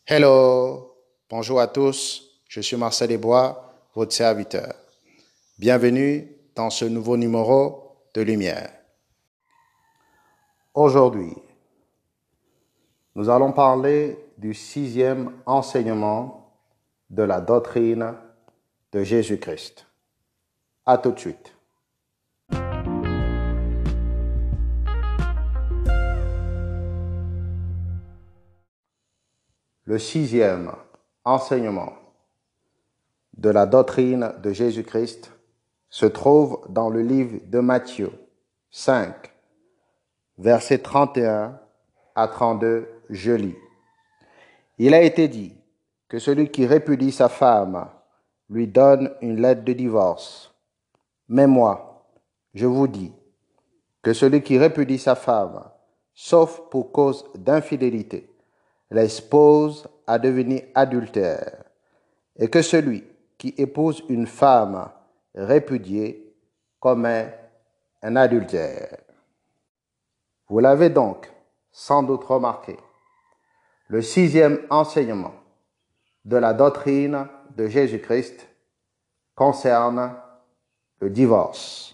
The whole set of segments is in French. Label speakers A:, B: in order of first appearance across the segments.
A: Hello, bonjour à tous, je suis Marcel Desbois, votre serviteur. Bienvenue dans ce nouveau numéro de Lumière. Aujourd'hui, nous allons parler du 6e enseignement de la doctrine de Jésus-Christ. À tout de suite. Le 6e enseignement de la doctrine de Jésus-Christ se trouve dans le livre de Matthieu 5, versets 31 à 32, je lis. Il a été dit que celui qui répudie sa femme lui donne une lettre de divorce. Mais moi, je vous dis que celui qui répudie sa femme, sauf pour cause d'infidélité, l'expose à devenir adultère, et que celui qui épouse une femme répudiée commet un adultère. Vous l'avez donc sans doute remarqué, le 6e enseignement de la doctrine de Jésus-Christ concerne le divorce.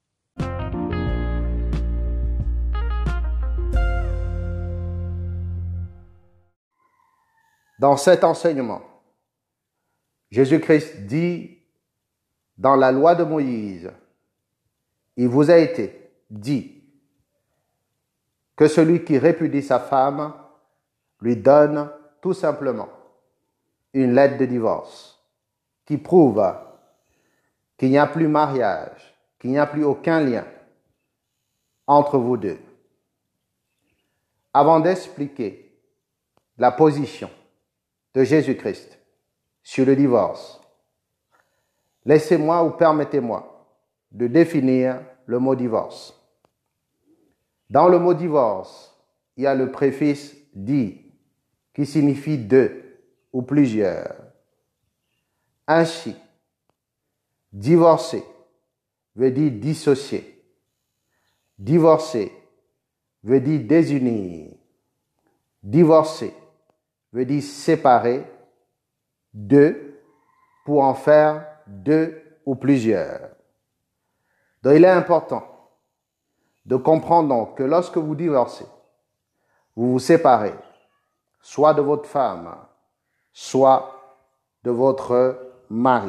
A: Dans cet enseignement, Jésus-Christ dit dans la loi de Moïse, il vous a été dit que celui qui répudie sa femme lui donne tout simplement une lettre de divorce qui prouve qu'il n'y a plus mariage, qu'il n'y a plus aucun lien entre vous deux. Avant d'expliquer la position de Jésus-Christ sur le divorce, laissez-moi ou permettez-moi de définir le mot divorce. Dans le mot divorce, il y a le préfixe « di » qui signifie « deux » ou « plusieurs ». Ainsi, divorcer veut dire dissocier. Divorcer veut dire désunir. Divorcer veut dire séparer deux pour en faire deux ou plusieurs. Donc il est important de comprendre donc que lorsque vous divorcez, vous vous séparez soit de votre femme, soit de votre mari.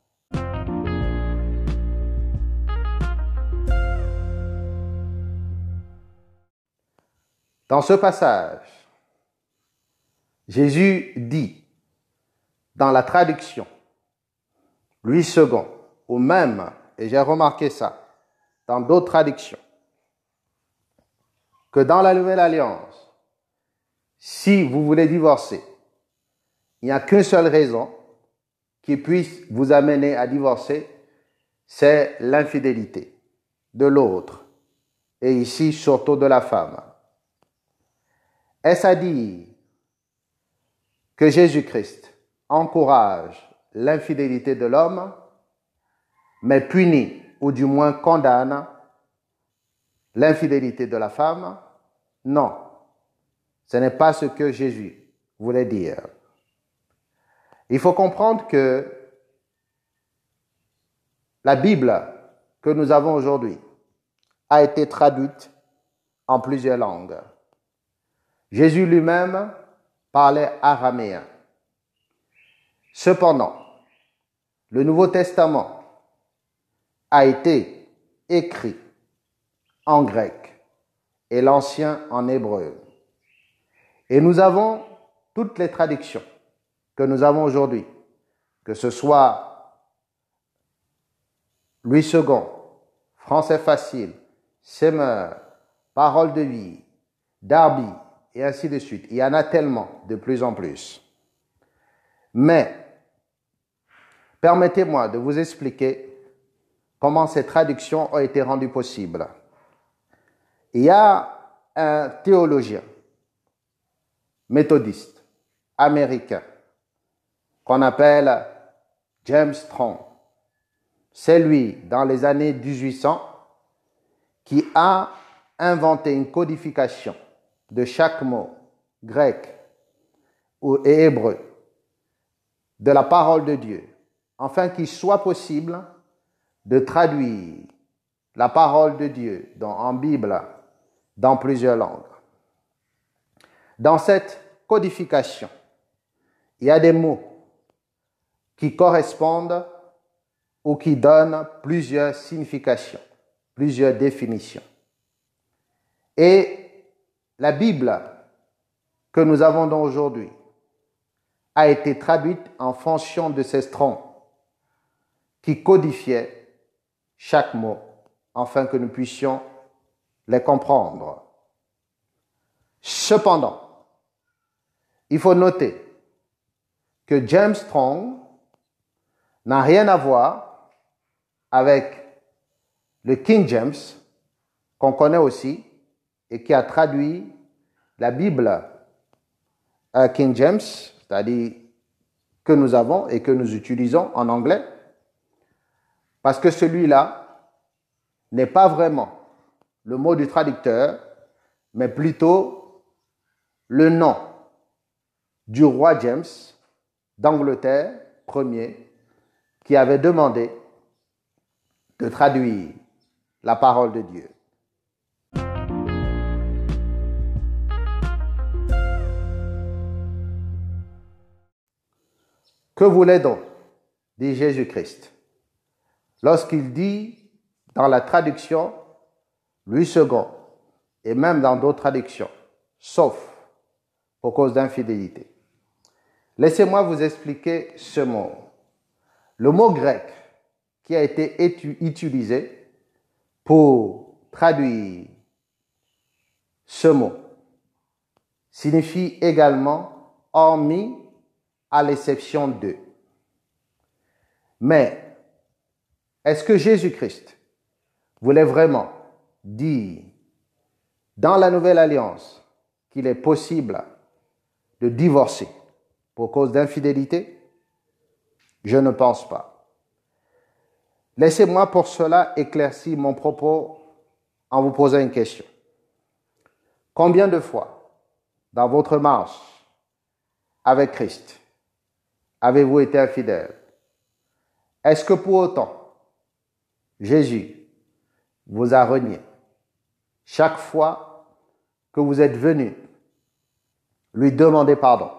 A: Dans ce passage, Jésus dit, dans la traduction, Louis II, ou même, et j'ai remarqué ça, dans d'autres traductions, que dans la Nouvelle Alliance, si vous voulez divorcer, il n'y a qu'une seule raison qui puisse vous amener à divorcer, c'est l'infidélité de l'autre, et ici surtout de la femme. Est-ce à dire que Jésus-Christ encourage l'infidélité de l'homme, mais punit ou du moins condamne l'infidélité de la femme? Non, ce n'est pas ce que Jésus voulait dire. Il faut comprendre que la Bible que nous avons aujourd'hui a été traduite en plusieurs langues. Jésus lui-même parlait araméen. Cependant, le Nouveau Testament a été écrit en grec et l'Ancien en hébreu. Et nous avons toutes les traductions que nous avons aujourd'hui, que ce soit Louis II, Français facile, Semeur, Parole de vie, Darby, et ainsi de suite. Il y en a tellement, de plus en plus. Mais, permettez-moi de vous expliquer comment ces traductions ont été rendues possibles. Il y a un théologien méthodiste américain qu'on appelle James Strong. C'est lui, dans les années 1800, qui a inventé une codification de chaque mot grec et hébreu de la parole de Dieu, afin qu'il soit possible de traduire la parole de Dieu en Bible dans plusieurs langues. Dans cette codification, il y a des mots qui correspondent ou qui donnent plusieurs significations, plusieurs définitions. Et la Bible que nous avons donc aujourd'hui a été traduite en fonction de ces troncs qui codifiaient chaque mot afin que nous puissions les comprendre. Cependant, il faut noter que James Strong n'a rien à voir avec le King James, qu'on connaît aussi, et qui a traduit la Bible King James, c'est-à-dire que nous avons et que nous utilisons en anglais, parce que celui-là n'est pas vraiment le mot du traducteur, mais plutôt le nom du roi James d'Angleterre, premier, qui avait demandé de traduire la parole de Dieu. Que voulait donc dire Jésus-Christ lorsqu'il dit dans la traduction Louis II et même dans d'autres traductions, sauf pour cause d'infidélité? Laissez-moi vous expliquer ce mot. Le mot grec qui a été utilisé pour traduire ce mot signifie également hormis à l'exception de. Mais est-ce que Jésus-Christ voulait vraiment dire dans la Nouvelle Alliance qu'il est possible de divorcer pour cause d'infidélité? Je ne pense pas. Laissez-moi pour cela éclaircir mon propos en vous posant une question. Combien de fois dans votre marche avec Christ avez-vous été infidèle? Est-ce que pour autant Jésus vous a renié chaque fois que vous êtes venu lui demander pardon?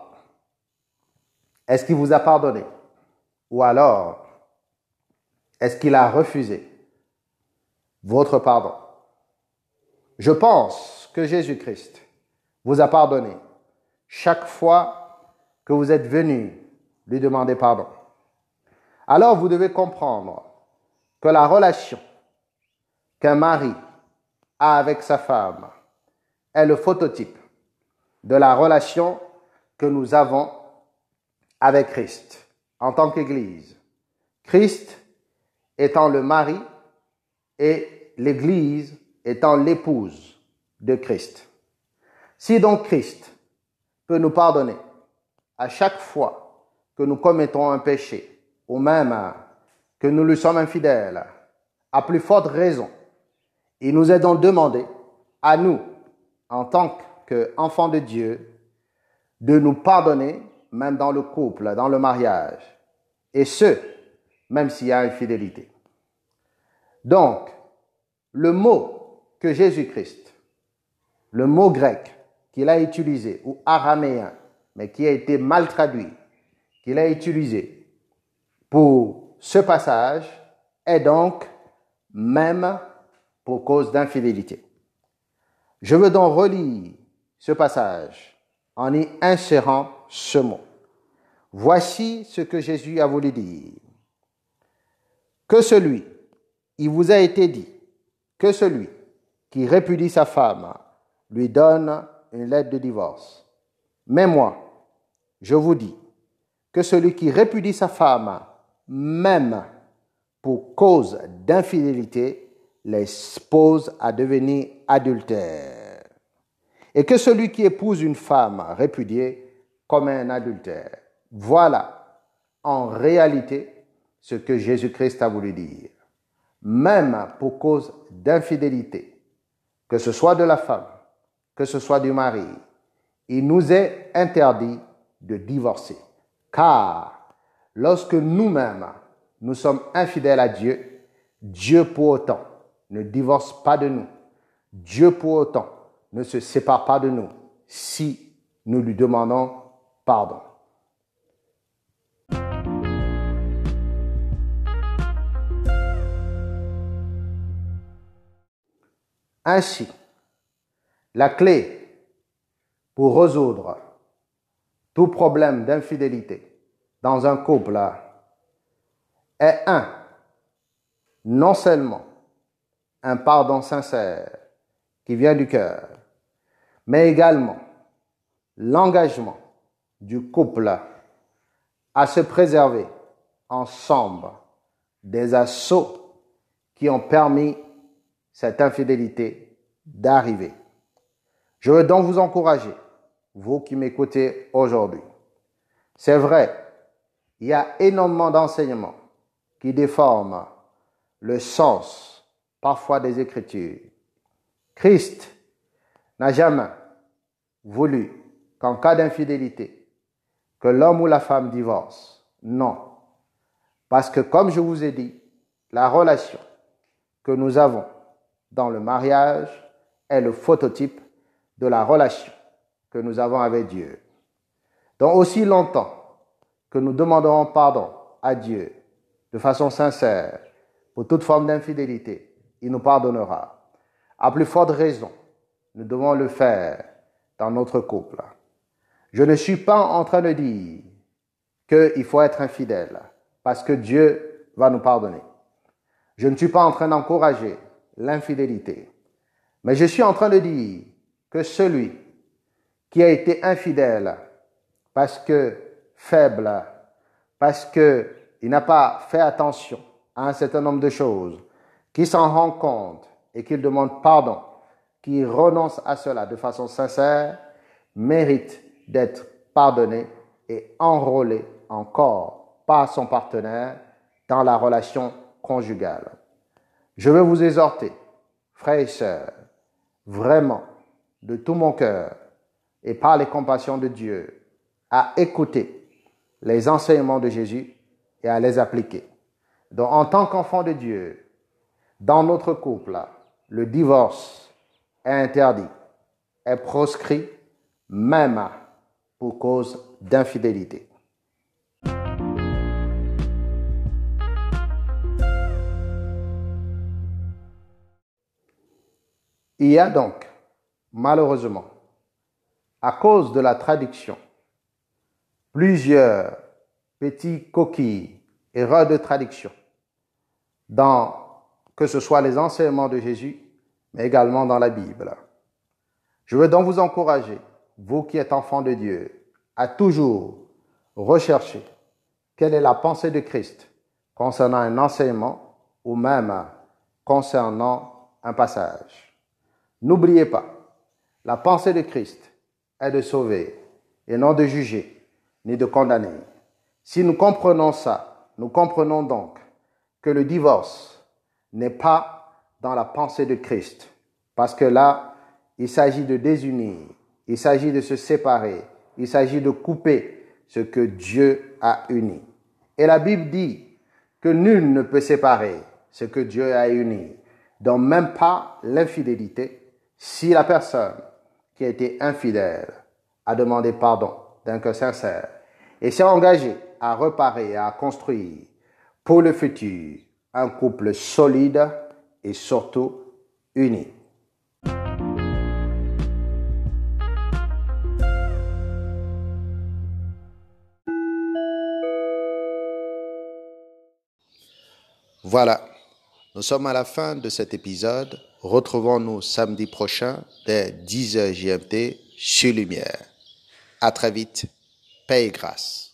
A: Est-ce qu'il vous a pardonné? Ou alors, est-ce qu'il a refusé votre pardon? Je pense que Jésus-Christ vous a pardonné chaque fois que vous êtes venu lui demander pardon. Alors vous devez comprendre que la relation qu'un mari a avec sa femme est le phototype de la relation que nous avons avec Christ en tant qu'Église. Christ étant le mari et l'Église étant l'épouse de Christ. Si donc Christ peut nous pardonner à chaque fois que nous commettons un péché, ou même que nous lui sommes infidèles, à plus forte raison, il nous est donc demandé, à nous, en tant qu'enfants de Dieu, de nous pardonner, même dans le couple, dans le mariage, et ce, même s'il y a infidélité. Donc, le mot que Jésus-Christ, le mot grec qu'il a utilisé, ou araméen, mais qui a été mal traduit, qu'il a utilisé pour ce passage, est donc même pour cause d'infidélité. Je veux donc relire ce passage en y insérant ce mot. Voici ce que Jésus a voulu dire. Que celui, il vous a été dit, que celui qui répudie sa femme lui donne une lettre de divorce. Mais moi, je vous dis que celui qui répudie sa femme, même pour cause d'infidélité, l'expose à devenir adultère. Et que celui qui épouse une femme répudiée commet un adultère. Voilà, en réalité, ce que Jésus-Christ a voulu dire. Même pour cause d'infidélité, que ce soit de la femme, que ce soit du mari, il nous est interdit de divorcer. Car lorsque nous-mêmes, nous sommes infidèles à Dieu, Dieu pour autant ne divorce pas de nous. Dieu pour autant ne se sépare pas de nous si nous lui demandons pardon. Ainsi, la clé pour résoudre tout problème d'infidélité dans un couple est non seulement un pardon sincère qui vient du cœur, mais également l'engagement du couple à se préserver ensemble des assauts qui ont permis cette infidélité d'arriver. Je veux donc vous encourager, vous qui m'écoutez aujourd'hui. C'est vrai, il y a énormément d'enseignements qui déforment le sens, parfois des Écritures. Christ n'a jamais voulu qu'en cas d'infidélité, que l'homme ou la femme divorce. Non. Parce que comme je vous ai dit, la relation que nous avons dans le mariage est le phototype de la relation que nous avons avec Dieu. Donc aussi longtemps que nous demanderons pardon à Dieu de façon sincère pour toute forme d'infidélité, il nous pardonnera. À plus forte raison, nous devons le faire dans notre couple. Je ne suis pas en train de dire qu'il faut être infidèle parce que Dieu va nous pardonner. Je ne suis pas en train d'encourager l'infidélité, mais je suis en train de dire que celui qui a été infidèle parce que faible, parce qu'il n'a pas fait attention à un certain nombre de choses, qui s'en rend compte et qu'il demande pardon, qui renonce à cela de façon sincère, mérite d'être pardonné et enrôlé encore par son partenaire dans la relation conjugale. Je veux vous exhorter, frères et sœurs, vraiment, de tout mon cœur et par les compassions de Dieu, à écouter les enseignements de Jésus et à les appliquer. Donc, en tant qu'enfant de Dieu, dans notre couple, le divorce est interdit, est proscrit, même pour cause d'infidélité. Il y a donc, malheureusement, à cause de la traduction, plusieurs petits coquilles, erreurs de traduction, que ce soit les enseignements de Jésus, mais également dans la Bible. Je veux donc vous encourager, vous qui êtes enfants de Dieu, à toujours rechercher quelle est la pensée de Christ concernant un enseignement ou même concernant un passage. N'oubliez pas, la pensée de Christ est de sauver et non de juger ni de condamner. Si nous comprenons ça, nous comprenons donc que le divorce n'est pas dans la pensée de Christ, parce que là, il s'agit de désunir, il s'agit de se séparer, il s'agit de couper ce que Dieu a uni. Et la Bible dit que nul ne peut séparer ce que Dieu a uni, donc même pas l'infidélité, si la personne qui a été infidèle a demandé pardon d'un cœur sincère et s'est engagé à réparer et à construire pour le futur un couple solide et surtout uni. Voilà, nous sommes à la fin de cet épisode. Retrouvons-nous samedi prochain dès 10h GMT sur Lumière. À très vite. Paix et grâce.